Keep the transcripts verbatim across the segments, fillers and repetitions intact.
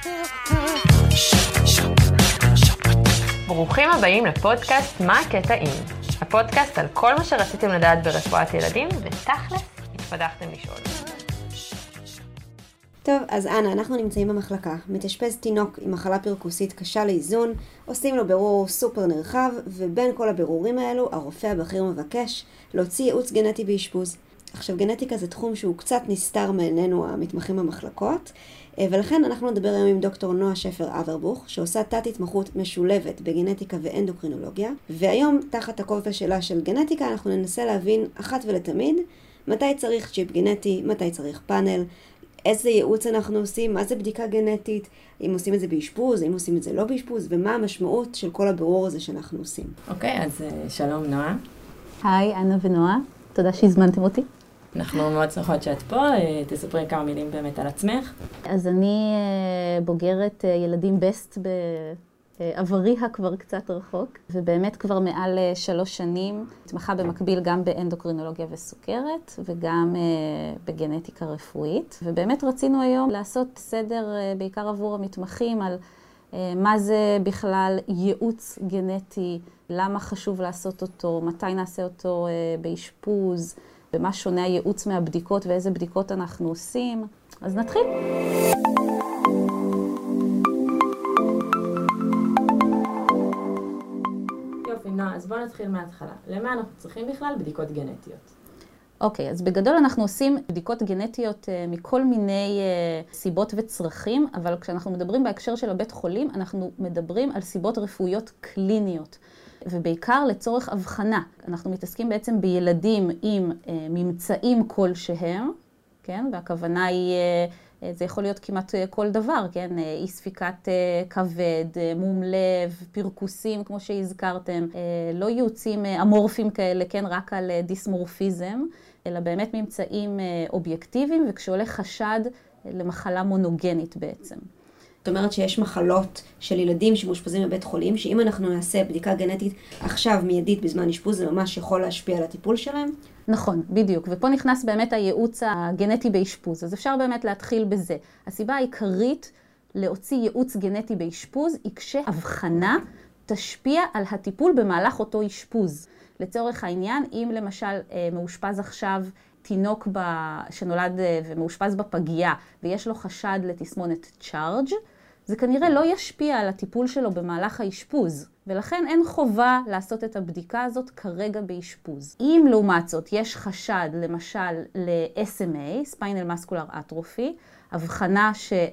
ברוכים הבאים לפודקאסט מה הקטע אם. הפודקאסט על כל מה שרציתם לדעת ברפואת ילדים, ותכלס התפתחתם לשאול. טוב, אז אנה, אנחנו נמצאים במחלקה. מתאשפז תינוק עם מחלה פרקוסית קשה לאיזון, עושים לו בירור סופר נרחב, ובין כל הבירורים האלו, הרופא הבכיר מבקש להוציא ייעוץ גנטי באשפוז. עכשיו, גנטיקה זה תחום שהוא קצת נסתר מעינינו המתמחים במחלקות, ולכן אנחנו נדבר היום עם דוקטור נועה שפר אברבוך, שעושה תת התמחות משולבת בגנטיקה ואנדוקרינולוגיה, והיום, תחת הכובע שלה של גנטיקה, אנחנו ננסה להבין אחת ולתמיד מתי צריך צ'יפ גנטי, מתי צריך פאנל, איזה ייעוץ אנחנו עושים, מה זה בדיקה גנטית, אם עושים את זה באשפוז, אם עושים את זה לא באשפוז, ומה המשמעות של כל הבירור הזה שאנחנו עושים. אוקיי, אז שלום נועה. היי, אנה ונועה, תודה שהזמנתם אותי. אנחנו מאוד שמחות שאת פה, תספרי כמה מילים באמת על עצמך. אז אני בוגרת ילדים בסט בעברי הכבר קצת רחוק, ובאמת כבר מעל שלוש שנים התמחה במקביל גם באנדוקרינולוגיה וסוכרת, וגם בגנטיקה רפואית. ובאמת רצינו היום לעשות סדר בעיקר עבור המתמחים על מה זה בכלל ייעוץ גנטי, למה חשוב לעשות אותו, מתי נעשה אותו באשפוז, ומה שונה הייעוץ מהבדיקות ואיזה בדיקות אנחנו עושים. אז נתחיל. יופי, נועה, אז בואו נתחיל מההתחלה. למה אנחנו צריכים בכלל בדיקות גנטיות? אוקיי, אז בגדול אנחנו עושים בדיקות גנטיות מכל מיני סיבות וצרכים, אבל כשאנחנו מדברים בהקשר של הבית חולים, אנחנו מדברים על סיבות רפואיות קליניות. ובעיקר לצורך הבחנה. אנחנו מתעסקים בעצם בילדים עם אה, ממצאים כלשהם, כן? והכוונה היא, אה, זה יכול להיות כמעט כל דבר, כן? אה, אי ספיקת אה, כבד, אה, מום לב, פרקוסים, כמו שהזכרתם, אה, לא ייעוצים אה, אמורפיים כאלה, כן? רק על אה, דיסמורפיזם, אלא באמת ממצאים אה, אובייקטיביים, וכשעולה חשד אה, למחלה מונוגנית בעצם. זאת אומרת שיש מחלות של ילדים שמאושפזים בבית חולים, שאם אנחנו נעשה בדיקה גנטית עכשיו מיידית בזמן אשפוז, זה ממש יכול להשפיע על הטיפול שלהם? נכון, בדיוק. ופה נכנס באמת הייעוץ הגנטי באשפוז. אז אפשר באמת להתחיל בזה. הסיבה העיקרית להוציא ייעוץ גנטי באשפוז היא כשהבחנה תשפיע על הטיפול במהלך אותו אשפוז. לצורך העניין, אם למשל מאושפז עכשיו תינוק שנולד ומאושפז בפגייה ויש לו חשד לתסמונת צ'ארג', זה כנראה לא ישפיע על הטיפול שלו במהלך האשפוז, ולכן אין חובה לעשות את הבדיקה הזאת כרגע באשפוז. אם לעומת זאת יש חשד למשל ל-אס אם איי, Spinal Muscular Atrophy, הבחנה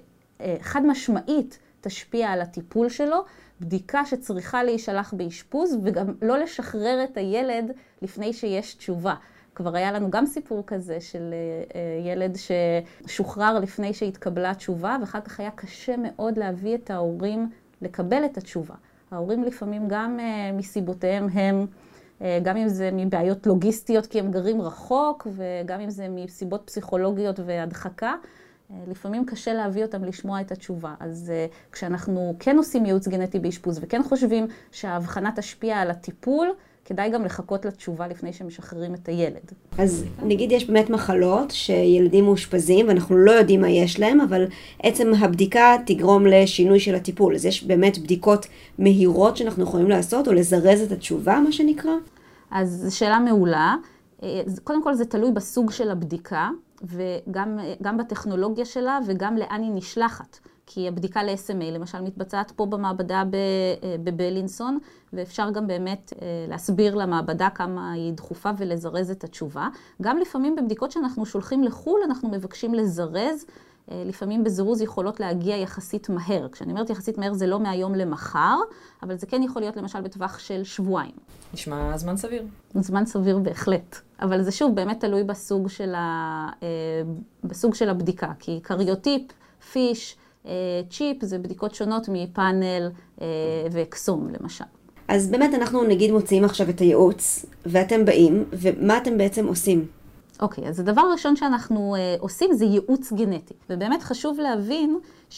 שחד משמעית תשפיע על הטיפול שלו, בדיקה שצריכה להישלח באשפוז וגם לא לשחרר את הילד לפני שיש תשובה. כבר היה לנו גם סיפור כזה של ילד ששוחרר לפני שהתקבלה תשובה, ואחר כך היה קשה מאוד להביא את ההורים לקבל את התשובה. ההורים לפעמים גם מסיבותיהם הם, גם אם זה מבעיות לוגיסטיות כי הם גרים רחוק, וגם אם זה מסיבות פסיכולוגיות והדחקה, לפעמים קשה להביא אותם לשמוע את התשובה. אז כשאנחנו כן עושים ייעוץ גנטי באשפוז וכן חושבים שההבחנה תשפיע על הטיפול, כדאי גם לחכות לתשובה לפני שמשחררים את הילד. אז נגיד יש באמת מחלות שילדים מאושפזים ואנחנו לא יודעים מה יש להם, אבל עצם הבדיקה תגרום לשינוי של הטיפול. אז יש באמת בדיקות מהירות שאנחנו יכולים לעשות או לזרז את התשובה, מה שנקרא? אז זו שאלה מעולה. קודם כל זה תלוי בסוג של הבדיקה, וגם גם בטכנולוגיה שלה וגם לאן היא נשלחת. כי הבדיקה ל-אס אם איי למשל מתבצעת פה במעבדה בבלינסון, ואפשר גם באמת להסביר למעבדה כמה היא דחופה ולזרז את התשובה. גם לפעמים בבדיקות שאנחנו שולחים לחול אנחנו מבקשים לזרז, לפעמים בזירוז יכולות להגיע יחסית מהר. כשאני אומרת יחסית מהר זה לא מהיום למחר, אבל זה כן יכול להיות למשל בטווח של שבועיים. נשמע זמן סביר. זמן סביר בהחלט. אבל זה שוב באמת תלוי בסוג של, ה... בסוג של הבדיקה, כי קריוטיפ, פיש, צ'יפ זה בדיקות שונות מפאנל ואקסום למשל. אז באמת אנחנו נגיד מוציאים עכשיו את הייעוץ, ואתם באים, ומה אתם בעצם עושים? אוקיי, אז הדבר הראשון שאנחנו uh, עושים זה ייעוץ גנטי. ובאמת חשוב להבין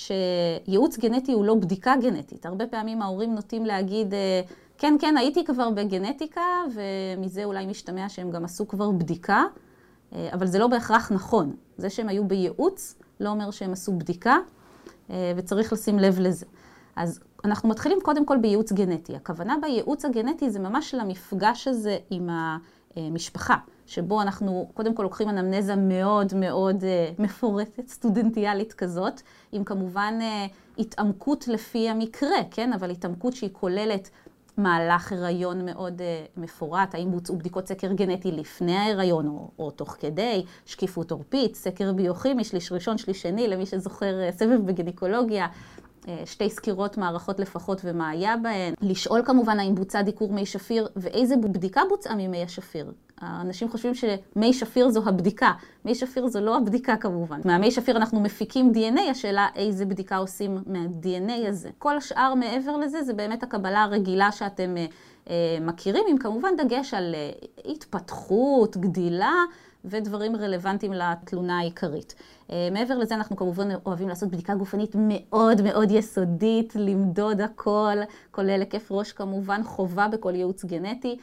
שייעוץ גנטי הוא לא בדיקה גנטית. הרבה פעמים ההורים נוטים להגיד, uh, כן, כן, הייתי כבר בגנטיקה, ומזה אולי משתמע שהם גם עשו כבר בדיקה, uh, אבל זה לא בהכרח נכון. זה שהם היו בייעוץ לא אומר שהם עשו בדיקה. וצריך לשים לב לזה. אז אנחנו מתחילים קודם כל בייעוץ גנטי. הכוונה בייעוץ הגנטי זה ממש למפגש הזה עם המשפחה, שבו אנחנו קודם כל לוקחים אנמנזה מאוד מאוד מפורטת, סטודנטיאלית כזאת, עם כמובן התעמקות לפי המקרה, כן? אבל התעמקות שהיא כוללת מהלך הריון מאוד uh, מפורט, האם בוצעו בדיקות סקר גנטי לפני ההיריון או, או תוך כדי, שקיפות עורפית, סקר ביוכימי, שליש ראשון, שליש שני, למי שזוכר uh, סבב בגינקולוגיה, uh, שתי סקירות מערכות לפחות ומה היה בהן. לשאול כמובן האם בוצע דיקור מי שפיר ואיזה בדיקה בוצעה ממי השפיר. האנשים חושבים שמי שפיר זו הבדיקה. מי שפיר זו לא הבדיקה כמובן. מהמי שפיר אנחנו מפיקים די אן איי, השאלה איזה בדיקה עושים מה-די אן איי הזה. כל השאר מעבר לזה זה באמת הקבלה הרגילה שאתם אה, מכירים, עם כמובן דגש על אה, התפתחות, גדילה ודברים רלוונטיים לתלונה העיקרית. אה, מעבר לזה אנחנו כמובן אוהבים לעשות בדיקה גופנית מאוד מאוד יסודית, למדוד הכל, כולל היקף ראש כמובן, חובה בכל ייעוץ גנטי.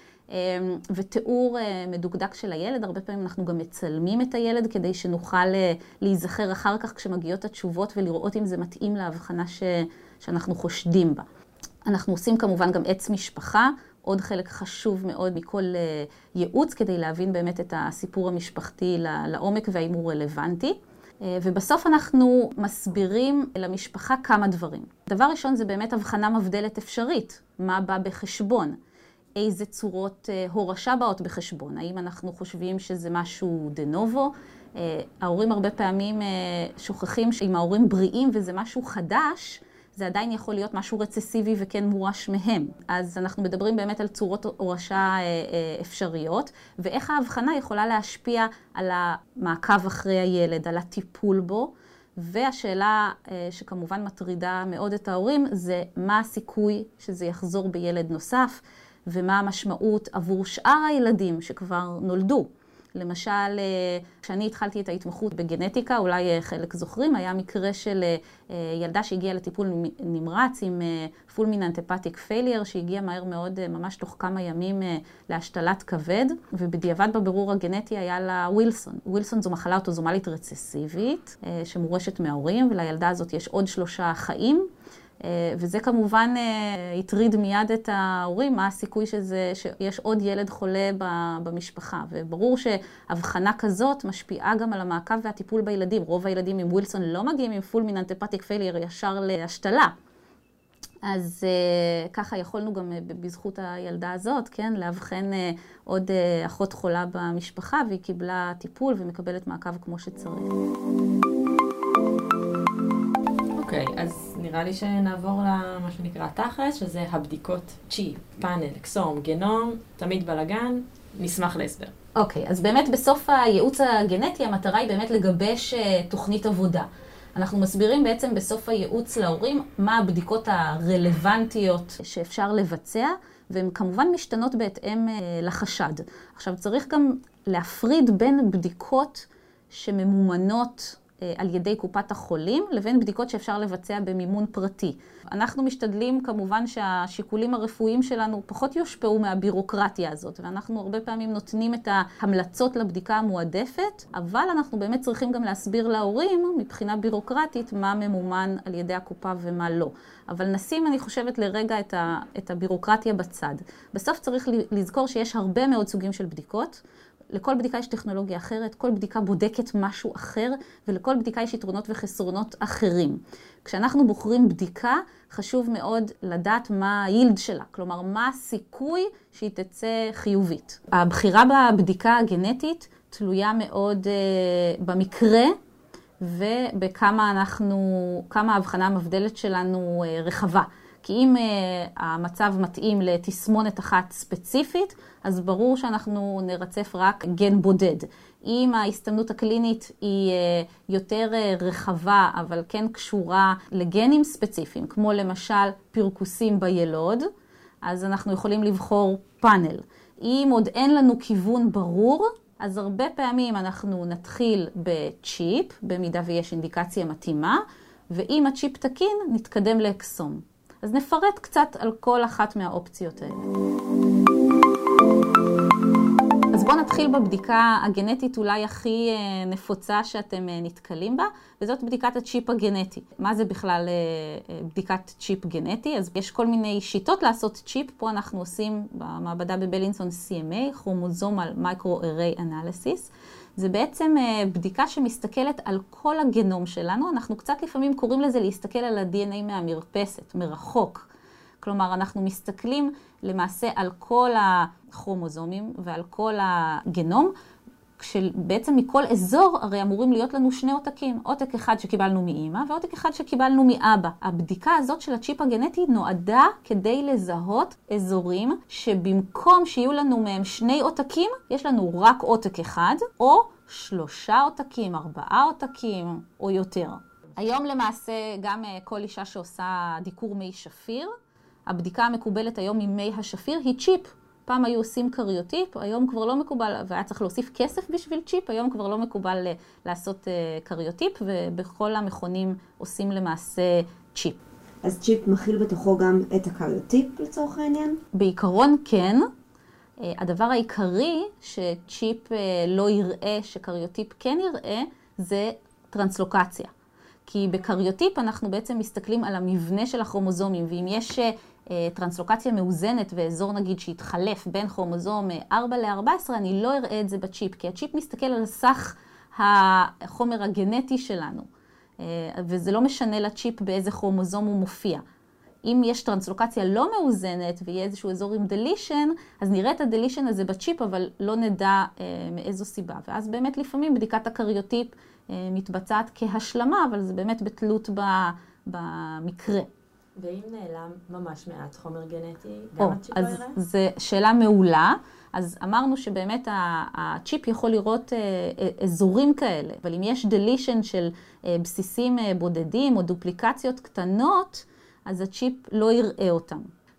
ותיאור מדוקדק של הילד. הרבה פעמים אנחנו גם מצלמים את הילד כדי שנוכל להיזכר אחר כך כשמגיעות התשובות ולראות אם זה מתאים להבחנה ש... שאנחנו חושדים בה. אנחנו עושים כמובן גם עץ משפחה, עוד חלק חשוב מאוד מכל ייעוץ כדי להבין באמת את הסיפור המשפחתי לעומק והאם הוא רלוונטי. ובסוף אנחנו מסבירים למשפחה כמה דברים. דבר ראשון זה באמת הבחנה מבדלת אפשרית, מה בא בחשבון. איזה צורות הורשה באות בחשבון. האם אנחנו חושבים שזה משהו דנובו? ההורים הרבה פעמים שוכחים שאם ההורים בריאים וזה משהו חדש, זה עדיין יכול להיות משהו רצסיבי וכן מורש מהם. אז אנחנו מדברים באמת על צורות הורשה אפשריות, ואיך ההבחנה יכולה להשפיע על המעקב אחרי הילד, על הטיפול בו. והשאלה שכמובן מטרידה מאוד את ההורים, זה מה הסיכוי שזה יחזור בילד נוסף, ומה המשמעות עבור שאר הילדים שכבר נולדו. למשל, כשאני התחלתי את ההתמחות בגנטיקה, אולי חלק זוכרים, היה מקרה של ילדה שהגיעה לטיפול נמרץ עם fulminant hepatic failure, שהגיעה מהר מאוד, ממש תוך כמה ימים להשתלת כבד, ובדיעבד בבירור הגנטי היה לה ווילסון. ווילסון זו מחלה אוטוזומלית רצסיבית, שמורשת מההורים, ולילדה הזאת יש עוד שלושה חיים. וזה כמובן יטריד מיד את ההורים, מה הסיכוי שזה, שיש עוד ילד חולה במשפחה. וברור שהבחנה כזאת משפיעה גם על המעקב והטיפול בילדים. רוב הילדים עם ווילסון לא מגיעים עם fulminant hepatic failure ישר להשתלה. אז ככה יכולנו גם בזכות הילדה הזאת, כן, להבחן עוד אחות חולה במשפחה, והיא קיבלה טיפול ומקבלת מעקב כמו שצריך. אוקיי, אז נראה לי שנעבור למה שנקרא תכלס, שזה הבדיקות צ'יפ, פאנל, אקסום, גנום, תמיד בלגן, נשמח להסבר. אוקיי, אז באמת בסוף הייעוץ הגנטי המטרה היא באמת לגבש תוכנית עבודה. אנחנו מסבירים בעצם בסוף הייעוץ להורים מה הבדיקות הרלוונטיות שאפשר לבצע, והן כמובן משתנות בהתאם לחשד. עכשיו צריך גם להפריד בין בדיקות שממומנות על ידי קופת החולים, לבין בדיקות שאפשר לבצע במימון פרטי. אנחנו משתדלים כמובן שהשיקולים הרפואיים שלנו פחות יושפעו מהבירוקרטיה הזאת, ואנחנו הרבה פעמים נותנים את ההמלצות לבדיקה המועדפת, אבל אנחנו באמת צריכים גם להסביר להורים מבחינה בירוקרטית מה ממומן על ידי הקופה ומה לא. אבל נשים, אני חושבת, לרגע את, ה, את הבירוקרטיה בצד. בסוף צריך לזכור שיש הרבה מאוד סוגים של בדיקות, לכל בדיקה יש טכנולוגיה אחרת, כל בדיקה בודקת משהו אחר, ולכל בדיקה יש יתרונות וחסרונות אחרים. כשאנחנו בוחרים בדיקה, חשוב מאוד לדעת מה היילד שלה, כלומר, מה הסיכוי שהיא תצא חיובית. הבחירה בבדיקה הגנטית תלויה מאוד uh, במקרה, ובכמה אנחנו, כמה ההבחנה המבדלת שלנו uh, רחבה. כי אם uh, המצב מתאים לתסמונת אחת ספציפית, אז ברור שאנחנו נרצף רק גן בודד. אם ההסתמנות הקלינית היא uh, יותר uh, רחבה, אבל כן קשורה לגנים ספציפיים, כמו למשל פרקוסים בילוד, אז אנחנו יכולים לבחור פאנל. אם עוד אין לנו כיוון ברור, אז הרבה פעמים אנחנו נתחיל בצ'יפ, במידה ויש אינדיקציה מתאימה, ואם הצ'יפ תקין, נתקדם לאקסום. אז נפרט קצת על כל אחת מהאופציות האלה. אז אז בואו נתחיל בבדיקה הגנטית אולי הכי נפוצה שאתם נתקלים בה, וזאת בדיקת הצ'יפ הגנטי. מה זה בכלל בדיקת צ'יפ גנטי? אז יש כל מיני שיטות לעשות צ'יפ. פה אנחנו עושים במעבדה בבלינסון סי אם איי, כרומוזוmal microarray analysis. זה בעצם בדיקה שמסתכלת על כל הגנום שלנו. אנחנו קצת לפעמים קוראים לזה להסתכל על ה-די אן איי מהמרפסת, מרחוק. כלומר, אנחנו מסתכלים למעשה על כל הכרומוזומים ועל כל הגנום, כשבעצם מכל אזור הרי אמורים להיות לנו שני עותקים. עותק אחד שקיבלנו מאמא ועותק אחד שקיבלנו מאבא. הבדיקה הזאת של הצ'יפ הגנטי נועדה כדי לזהות אזורים שבמקום שיהיו לנו מהם שני עותקים, יש לנו רק עותק אחד, או שלושה עותקים, ארבעה עותקים, או יותר. היום למעשה גם כל אישה שעושה דיקור מי שפיר, הבדיקה המקובלת היום עם מי השפיר היא צ'יפ. פעם היו עושים קריוטיפ, היום כבר לא מקובל, והיה צריך להוסיף כסף בשביל צ'יפ, היום כבר לא מקובל לעשות קריוטיפ, ובכל המכונים עושים למעשה צ'יפ. אז צ'יפ מכיל בתוכו גם את הקריוטיפ לצורך העניין? בעיקרון כן. הדבר העיקרי שצ'יפ לא יראה, שקריוטיפ כן יראה, זה טרנסלוקציה. כי בקריוטיפ אנחנו בעצם מסתכלים על המבנה של הכרומוזומים, ואם יש טרנסלוקציה מאוזנת ואזור נגיד שהתחלף בין כרומוזום ארבע ל-ארבע עשרה, אני לא אראה את זה בצ'יפ, כי הצ'יפ מסתכל על סך החומר הגנטי שלנו, וזה לא משנה לצ'יפ באיזה כרומוזום הוא מופיע. אם יש טרנסלוקציה לא מאוזנת ויהיה איזשהו אזור עם דלישן, אז נראה את הדלישן הזה בצ'יפ, אבל לא נדע מאיזו סיבה. ואז באמת לפעמים בדיקת הקריוטיפ מתבצעת כהשלמה, אבל זה באמת בתלות במקרה. ואם נעלם ממש מעט חומר גנטי, גם או, הצ'יפ לא יראה? אז זו שאלה מעולה. אז אמרנו שבאמת הצ'יפ יכול לראות אזורים כאלה, אבל אם יש דלישן של בסיסים בודדים או דופליקציות קטנות, אז הצ'יפ לא יראה אותם.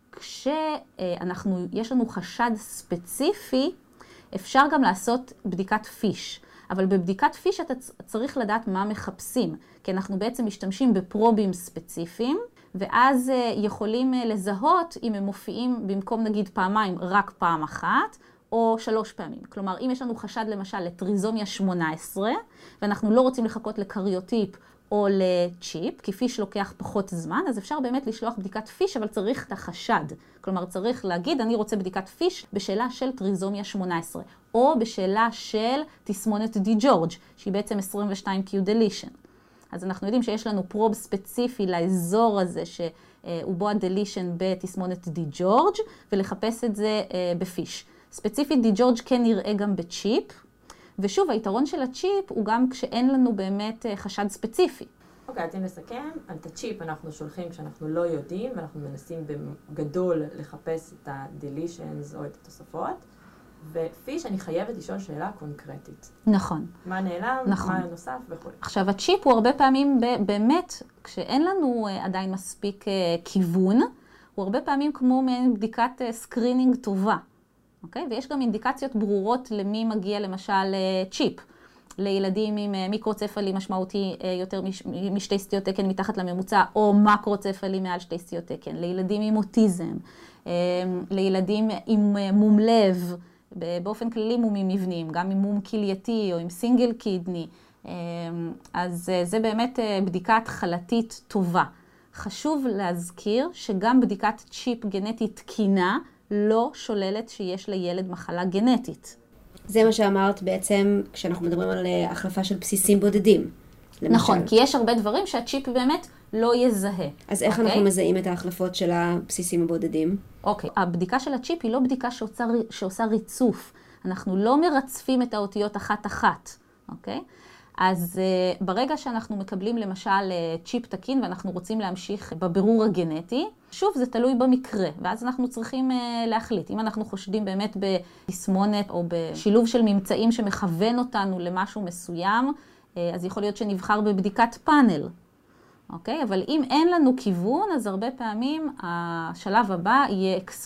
כשיש לנו חשד ספציפי, אפשר גם לעשות בדיקת פיש. אבל בבדיקת פיש אתה צריך לדעת מה מחפשים, כי אנחנו בעצם משתמשים בפרובים ספציפיים, ואז יכולים לזהות אם הם מופיעים במקום נגיד פעמיים רק פעם אחת, או שלוש פעמים. כלומר, אם יש לנו חשד למשל לטריזומיה שמונה עשרה, ואנחנו לא רוצים לחכות לקריוטיפ או לצ'יפ, כי פיש לוקח פחות זמן, אז אפשר באמת לשלוח בדיקת פיש, אבל צריך את החשד. כלומר, צריך להגיד, אני רוצה בדיקת פיש בשאלה של טריזומיה שמונה עשרה, או בשאלה של תסמונת די ג'ורג', שהיא בעצם עשרים ושתיים קיו דלישן. אז אנחנו יודעים שיש לנו פרוב ספציפי לאזור הזה, שהוא בו הדלישן בתסמונת די ג'ורג', ולחפש את זה בפיש. ספציפית די ג'ורג' כן נראה גם בצ'יפ, ושוב, היתרון של הצ'יפ הוא גם כשאין לנו באמת חשד ספציפי. אוקיי, אז אם נסכם, את הצ'יפ אנחנו שולחים כשאנחנו לא יודעים, ואנחנו מנסים בגדול לחפש את ה-deletions או את התוספות, ופיש אני חייבת לשאול שאלה קונקרטית. נכון. מה נעלם, נכון. מה נוסף וכו'. עכשיו, הצ'יפ הוא הרבה פעמים באמת, כשאין לנו עדיין מספיק כיוון, הוא הרבה פעמים כמו מעין בדיקת סקרינינג טובה. אוקיי? ויש גם אינדיקציות ברורות למי מגיע למשל צ'יפ. לילדים עם מיקרוצפלי משמעותי יותר משתי סטיות תקן מתחת לממוצע, או מקרוצפלי מעל שתי סטיות תקן. לילדים עם אוטיזם, לילדים עם מום לב, באופן כללי מומים מבניים, גם עם מום כלייתי או עם סינגל קידני. אז זה באמת בדיקה התחלתית טובה. חשוב להזכיר שגם בדיקת צ'יפ גנטית תקינה, לא שוללת שיש לילד מחלה גנטית. זה מה שאמרת בעצם כשאנחנו מדברים על החלפה של בסיסים בודדים. למשל. נכון, כי יש הרבה דברים שהצ'יפ באמת לא יזהה. אז איך okay. אנחנו מזהים את ההחלפות של הבסיסים הבודדים? אוקיי, okay. הבדיקה של הצ'יפ היא לא בדיקה שעושה, שעושה ריצוף. אנחנו לא מרצפים את האותיות אחת-אחת. אוקיי? Okay? אז uh, ברגע שאנחנו מקבלים למשל uh, צ'יפ תקין ואנחנו רוצים להמשיך בבירור הגנטי, שוב זה תלוי במקרה, ואז אנחנו צריכים uh, להחליט. אם אנחנו חושדים באמת בתסמונת או בשילוב של ממצאים שמכוון אותנו למשהו מסוים, uh, אז יכול להיות שנבחר בבדיקת פאנל. אוקיי? אבל אם אין לנו כיוון, אז הרבה פעמים השלב הבא יהיה אקסום.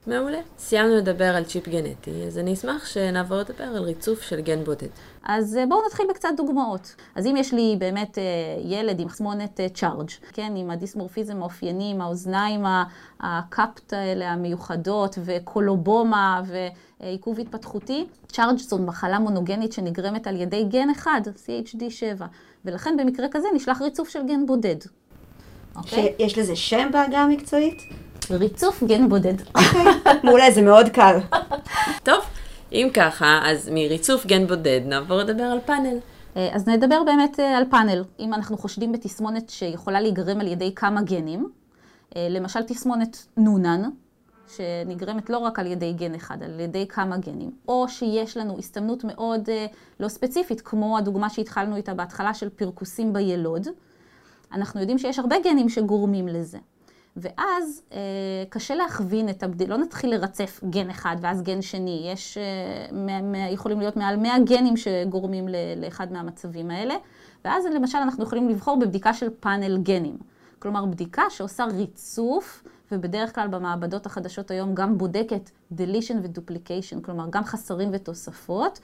מעולה. סיימנו לדבר על צ'יפ גנטי, אז אני אשמח שנעבור לדבר על ריצוף של גן בודד. אז בואו נתחיל בקצת דוגמאות. אז אם יש לי באמת ילד עם תסמונת צ'ארג', כן, עם הדיסמורפיזם האופייני, עם האוזניים הקאפט האלה המיוחדות, וקולובומה ועיכוב התפתחותי, צ'ארג' זו מחלה מונוגנית שנגרמת על ידי גן אחד, סי אייץ' די שבע, ולכן במקרה כזה נשלח ריצוף של גן בודד. אוקיי? יש לזה שם בעגה המקצועית? ריצוף גן בודד. אוקיי, מעולה, זה מאוד קל. טוב, אם ככה, אז מריצוף גן בודד נעבור לדבר על פאנל. אז נדבר באמת על פאנל. אם אנחנו חושדים בתסמונת שיכולה להיגרם על ידי כמה גנים, למשל תסמונת נונן, שנגרמת לא רק על ידי גן אחד, על ידי כמה גנים, או שיש לנו הסתמנות מאוד לא ספציפית, כמו הדוגמה שהתחלנו איתה בהתחלה של פרקוסים בילוד, אנחנו יודעים שיש הרבה גנים שגורמים לזה. ואז אה, קשה להכווין את הבדיל, לא נתחיל לרצף גן אחד ואז גן שני, יש, אה, מ- מ- יכולים להיות מעל מאה גנים שגורמים ל- לאחד מהמצבים האלה, ואז למשל אנחנו יכולים לבחור בבדיקה של פאנל גנים, כלומר בדיקה שעושה ריצוף, ובדרך כלל במעבדות החדשות היום גם בודקת deletion ו-duplication, כלומר גם חסרים ותוספות,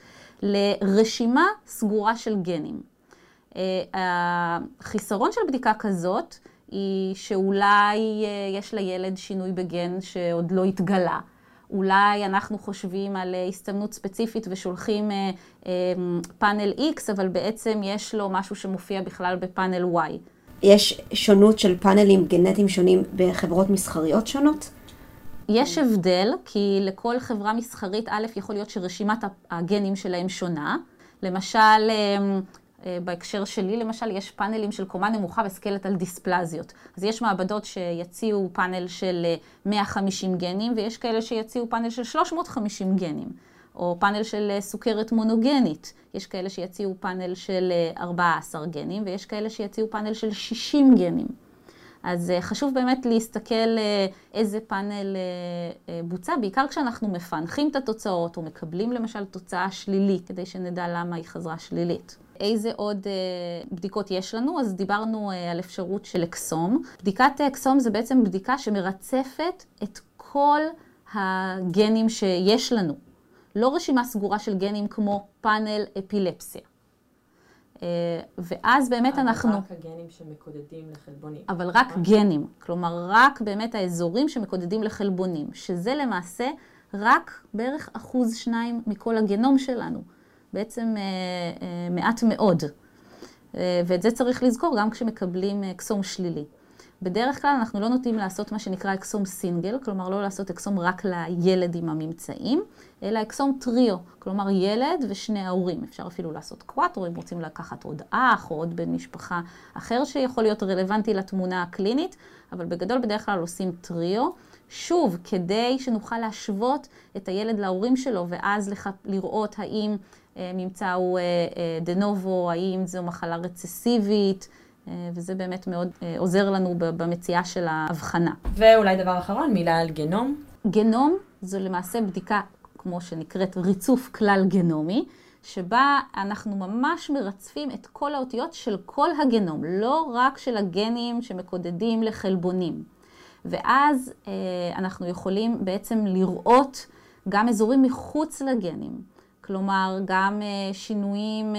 לרשימה סגורה של גנים. אה, החיסרון של בדיקה כזאת, היא שאולי יש לילד שינוי בגן שעוד לא התגלה. אולי אנחנו חושבים על הסתמנות ספציפית ושולחים פאנל X, אבל בעצם יש לו משהו שמופיע בכלל בפאנל Y. יש שונות של פאנלים גנטיים שונים בחברות מסחריות שונות? יש הבדל, כי לכל חברה מסחרית, א', יכול להיות שרשימת הגנים שלהם שונה. למשל, בהקשר שלי, למשל, יש פאנלים של קומה נמוכה וסקלטל דיספלזיות. אז יש מעבדות שיציעו פאנל של מאה וחמישים גנים, ויש כאלה שיציעו פאנל של שלוש מאות וחמישים גנים, או פאנל של סוכרת מונוגנית. יש כאלה שיציעו פאנל של ארבעה עשר גנים, ויש כאלה שיציעו פאנל של שישים גנים. אז חשוב באמת להסתכל איזה פאנל בוצע, בעיקר כשאנחנו מפענחים את התוצאות, או מקבלים למשל תוצאה שלילית, כדי שנדע למה היא חזרה שלילית. איזה עוד בדיקות יש לנו? אז דיברנו על אפשרות של אקסום. בדיקת אקסום זה בעצם בדיקה שמרצפת את כל הגנים שיש לנו. לא רשימה סגורה של גנים כמו פאנל אפילפסיה. ואז באמת אנחנו... אבל רק הגנים שמקודדים לחלבונים. אבל רק גנים, כלומר רק באמת האזורים שמקודדים לחלבונים, שזה למעשה רק בערך אחוז שניים מכל הגנום שלנו. בעצם מעט מאוד. ואת זה צריך לזכור גם כשמקבלים אקסום שלילי. בדרך כלל אנחנו לא נוטים לעשות מה שנקרא אקסום סינגל, כלומר לא לעשות אקסום רק לילד עם הממצאים, אלא אקסום טריו, כלומר ילד ושני ההורים. אפשר אפילו לעשות קוואטרו אם רוצים לקחת עוד אח או עוד בן משפחה אחר שיכול להיות רלוונטי לתמונה הקלינית, אבל בגדול בדרך כלל עושים טריו. שוב, כדי שנוכל להשוות את הילד להורים שלו ואז לח... לראות האם ממצא הוא דנובו, האם זו מחלה רצסיבית, וזה באמת מאוד עוזר לנו במציאה של ההבחנה. ואולי דבר אחרון, מילה על גנום. גנום זו למעשה בדיקה, כמו שנקראת ריצוף כלל גנומי, שבה אנחנו ממש מרצפים את כל האותיות של כל הגנום, לא רק של הגנים שמקודדים לחלבונים. ואז אנחנו יכולים בעצם לראות גם אזורים מחוץ לגנים. כלומר, גם שינויים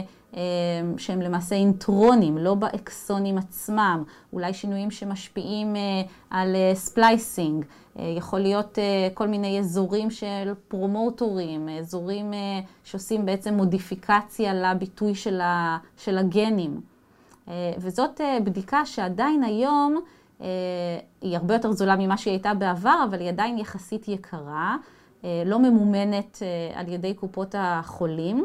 שהם למעשה אינטרונים, לא באקסונים עצמם, אולי שינויים שמשפיעים על ספלייסינג, יכול להיות כל מיני אזורים של פרומוטורים, אזורים שעושים בעצם מודיפיקציה לביטוי של הגנים. וזאת בדיקה שעדיין היום היא הרבה יותר זולה ממה שהיא הייתה בעבר, אבל היא עדיין יחסית יקרה, לא ממומנת על ידי קופות החולים,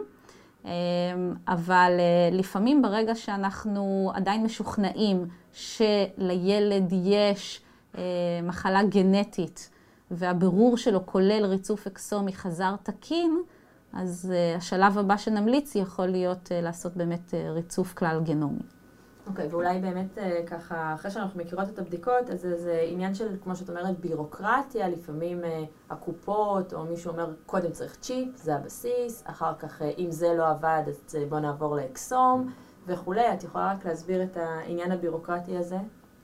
אבל לפעמים ברגע שאנחנו עדיין משוכנעים שלילד יש מחלה גנטית והבירור שלו כולל ריצוף אקסומי חזר תקין, אז השלב הבא שנמליץ יכול להיות לעשות באמת ריצוף כלל גנומי. אוקיי, ואולי באמת ככה, אחרי שאנחנו מכירות את הבדיקות, אז זה עניין של, כמו שאת אומרת, בירוקרטיה, לפעמים הקופות, או מישהו אומר, קודם צריך צ'יפ, זה הבסיס, אחר כך, אם זה לא עבד, אז בוא נעבור לאקסום וכולי. את יכולה רק להסביר את העניין הבירוקרטי הזה?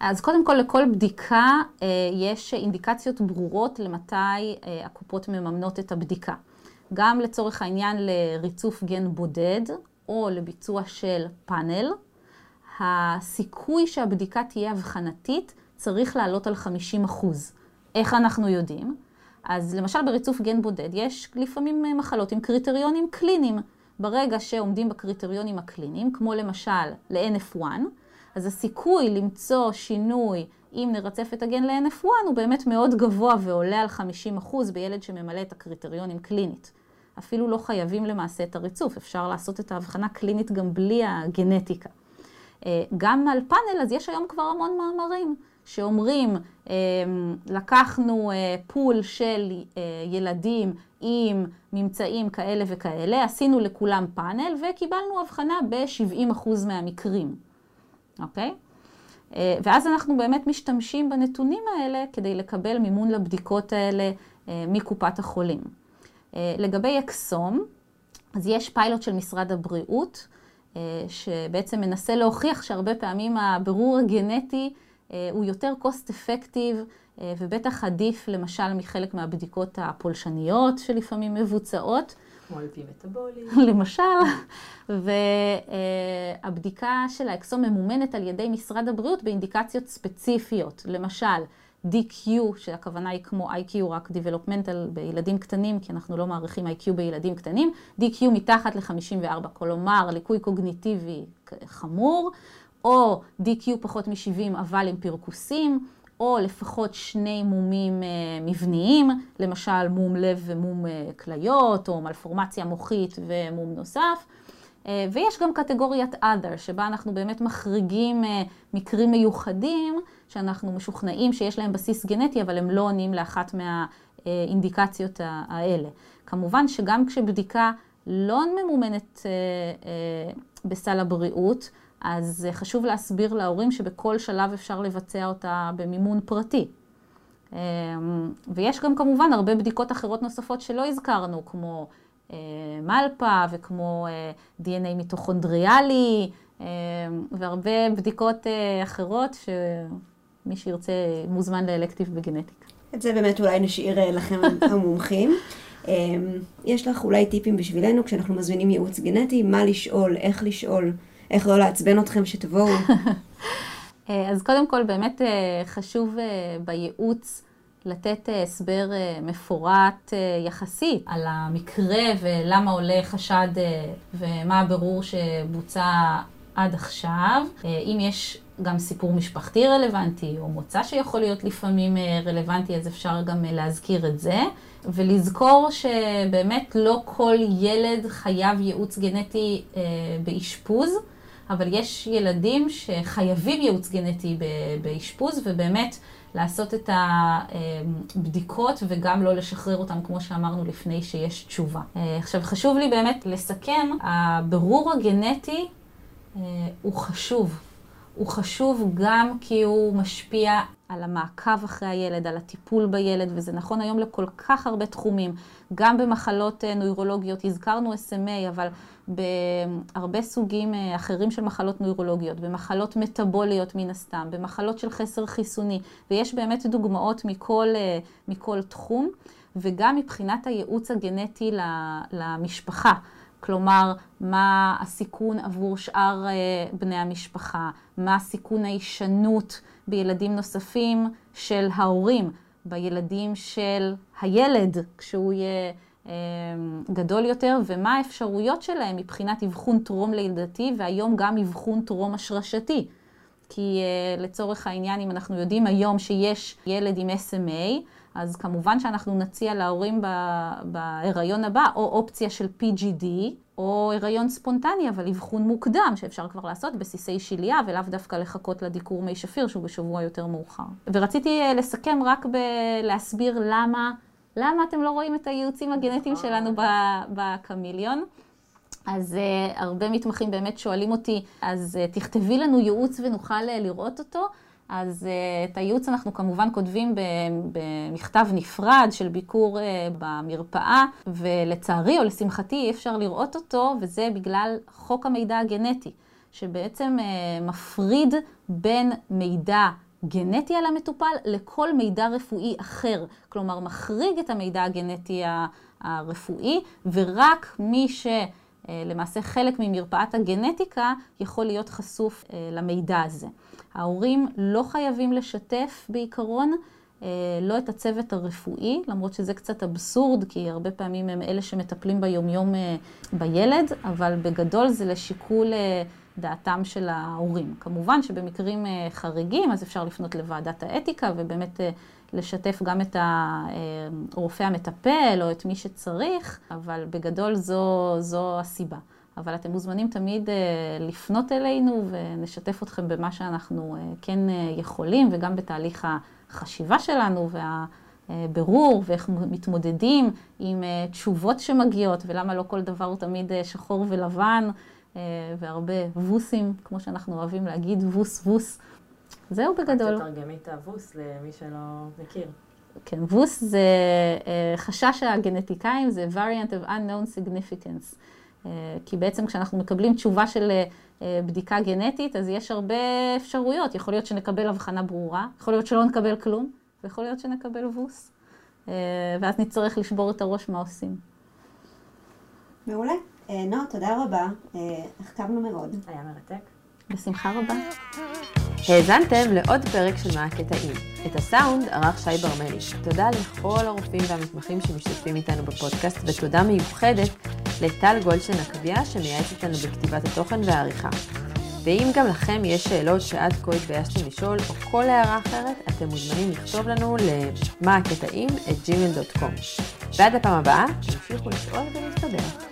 אז קודם כל, לכל בדיקה יש אינדיקציות ברורות למתי הקופות מממנות את הבדיקה. גם לצורך העניין לריצוף גן בודד או לביצוע של פאנל, הסיכוי שהבדיקה תהיה הבחנתית צריך לעלות על חמישים אחוז. איך אנחנו יודעים? אז למשל בריצוף גן בודד יש לפעמים מחלות עם קריטריונים קליניים. ברגע שעומדים בקריטריונים הקליניים, כמו למשל ל-אן אף אחת, אז הסיכוי למצוא שינוי אם נרצף את הגן ל-אן אף אחת הוא באמת מאוד גבוה ועולה על חמישים אחוז בילד שממלא את הקריטריונים קלינית. אפילו לא חייבים למעשה את הריצוף, אפשר לעשות את ההבחנה קלינית גם בלי הגנטיקה. גם על פאנל, אז יש היום כבר המון מאמרים שאומרים, לקחנו פול של ילדים עם ממצאים כאלה וכאלה, עשינו לכולם פאנל וקיבלנו הבחנה ב-שבעים אחוז מהמקרים. אוקיי? ואז אנחנו באמת משתמשים בנתונים האלה כדי לקבל מימון לבדיקות האלה מקופת החולים. לגבי אקסום, אז יש פיילוט של משרד הבריאות, שבעצם מנסה להוכיח שהרבה פעמים הבירור הגנטי הוא יותר cost effective ובטח עדיף למשל מחלק מהבדיקות הפולשניות שלפעמים מבוצעות. כמו על פי מטאבולי. למשל, והבדיקה של האקסום ממומנת על ידי משרד הבריאות באינדיקציות ספציפיות. למשל, די קיו, שהכוונה היא כמו איי קיו, רק developmental בילדים קטנים, כי אנחנו לא מעריכים איי קיו בילדים קטנים. די קיו מתחת ל-חמישים וארבע, כלומר, ליקוי קוגניטיבי חמור, או די קיו פחות מ-שבעים, אבל עם פרקוסים, או לפחות שני מומים מבניים, למשל מום לב ומום כליות, או מלפורמציה מוחית ומום נוסף. ויש גם קטגוריית other, שבה אנחנו באמת מחריגים מקרים מיוחדים, שאנחנו משוכנעים שיש להם בסיס גנטי, אבל הם לא עונים לאחת מהאינדיקציות האלה. כמובן שגם כשבדיקה לא ממומנת בסל הבריאות, אז חשוב להסביר להורים שבכל שלב אפשר לבצע אותה במימון פרטי. ויש גם כמובן הרבה בדיקות אחרות נוספות שלא הזכרנו, כמו מלפה וכמו די אן איי מיטוכונדריאלי, והרבה בדיקות אחרות שמי שירצה מוזמן לאלקטיב בגנטיקה. את זה באמת אולי נשאיר לכם המומחים. יש לך אולי טיפים בשבילנו כשאנחנו מזמינים ייעוץ גנטי, מה לשאול, איך לשאול, איך לא לעצבן אתכם שתבואו? אז קודם כל באמת חשוב בייעוץ לתת הסבר מפורט יחסית על המקרה ולמה עולה חשד ומה הבירור שבוצע עד עכשיו. אם יש גם סיפור משפחתי רלוונטי או מוצא שיכול להיות לפעמים רלוונטי, אז אפשר גם להזכיר את זה. ולזכור שבאמת לא כל ילד חייב ייעוץ גנטי באשפוז, אבל יש ילדים שחייבים ייעוץ גנטי באשפוז, ובאמת לעשות את הבדיקות וגם לא לשחרר אותם, כמו שאמרנו, לפני שיש תשובה. עכשיו, חשוב לי באמת לסכם, הבירור הגנטי הוא חשוב. הוא חשוב גם כי הוא משפיע על המעקב אחרי הילד, על הטיפול בילד, וזה נכון היום לכל כך הרבה תחומים, גם במחלות נוירולוגיות, הזכרנו אס אם איי, אבל בהרבה סוגים אחרים של מחלות נוירולוגיות, במחלות מטאבוליות מן הסתם, במחלות של חסר חיסוני, ויש באמת דוגמאות מכל, מכל תחום, וגם מבחינת הייעוץ הגנטי למשפחה. כלומר, מה הסיכון עבור שאר בני המשפחה, מה הסיכון ההישנות בילדים נוספים של ההורים, בילדים של הילד כשהוא יהיה גדול יותר, ומה האפשרויות שלהם מבחינת אבחון טרום לידתי, והיום גם אבחון טרום השרשתי. כי לצורך העניין, אם אנחנו יודעים היום שיש ילד עם אס אם איי, אז כמובן שאנחנו נציע להורים בהיריון הבא, או אופציה של פי ג'י די, או הריון ספונטני, אבל אבחון מוקדם, שאפשר כבר לעשות בסיסי שיליה, ולאו דווקא לחכות לדיקור מי שפיר, שהוא בשבוע יותר מאוחר. ורציתי לסכם רק בלהסביר למה, למה אתם לא רואים את הייעוצים הגנטיים שלנו בקמיליון. אז uh, הרבה מתמחים באמת שואלים אותי, אז uh, תכתבי לנו ייעוץ ונוכל uh, לראות אותו. אז uh, את הייעוץ אנחנו כמובן כותבים במכתב נפרד של ביקור uh, במרפאה, ולצערי או לשמחתי אי אפשר לראות אותו, וזה בגלל חוק המידע הגנטי, שבעצם uh, מפריד בין מידע גנטי על המטופל לכל מידע רפואי אחר. כלומר, מחריג את המידע הגנטי הרפואי, ורק מי שלמעשה חלק ממרפאת הגנטיקה יכול להיות חשוף למידע הזה. ההורים לא חייבים לשתף בעיקרון, לא את הצוות הרפואי, למרות שזה קצת אבסורד, כי הרבה פעמים הם אלה שמטפלים ביומיום בילד, אבל בגדול זה לשיקול דעתם של ההורים. כמובן שבמקרים חריגים, אז אפשר לפנות לוועדת האתיקה, ובאמת לשתף גם את הרופא המטפל, או את מי שצריך, אבל בגדול זו, זו הסיבה. אבל אתם מוזמנים תמיד לפנות אלינו, ונשתף אתכם במה שאנחנו כן יכולים, וגם בתהליך החשיבה שלנו, והבירור, ואיך מתמודדים עם תשובות שמגיעות, ולמה לא כל דבר הוא תמיד שחור ולבן, והרבה ווסים, כמו שאנחנו אוהבים להגיד, ווס ווס. זהו בגדול. תתרגמי את הווס למי שלא מכיר. כן, ווס זה חשש הגנטיקאים, זה variant of unknown significance. כי בעצם כשאנחנו מקבלים תשובה של בדיקה גנטית, אז יש הרבה אפשרויות. יכול להיות שנקבל הבחנה ברורה, יכול להיות שלא נקבל כלום, ויכול להיות שנקבל ווס. ואז נצטרך לשבור את הראש מה עושים. מעולה. נועה, תודה רבה. החכמנו מאוד. היה מרתק. בשמחה רבה. האזנתם לעוד פרק של מה הקטעים. את הסאונד ערך שי ברמלי. תודה לכל הרופאים והמתמחים שמשתתפים איתנו בפודקאסט, ותודה מיוחדת לטל גולדשטיין עקביה שמייעץ איתנו בכתיבת התוכן והעריכה. ואם גם לכם יש שאלות שעד כה התביישתם לשאול או כל הערה אחרת, אתם מוזמנים לכתוב לנו למה הקטעים את ג'ימייל דוט קום. ועד הפעם הבאה, תמשיכו לשאול ולהסתדר.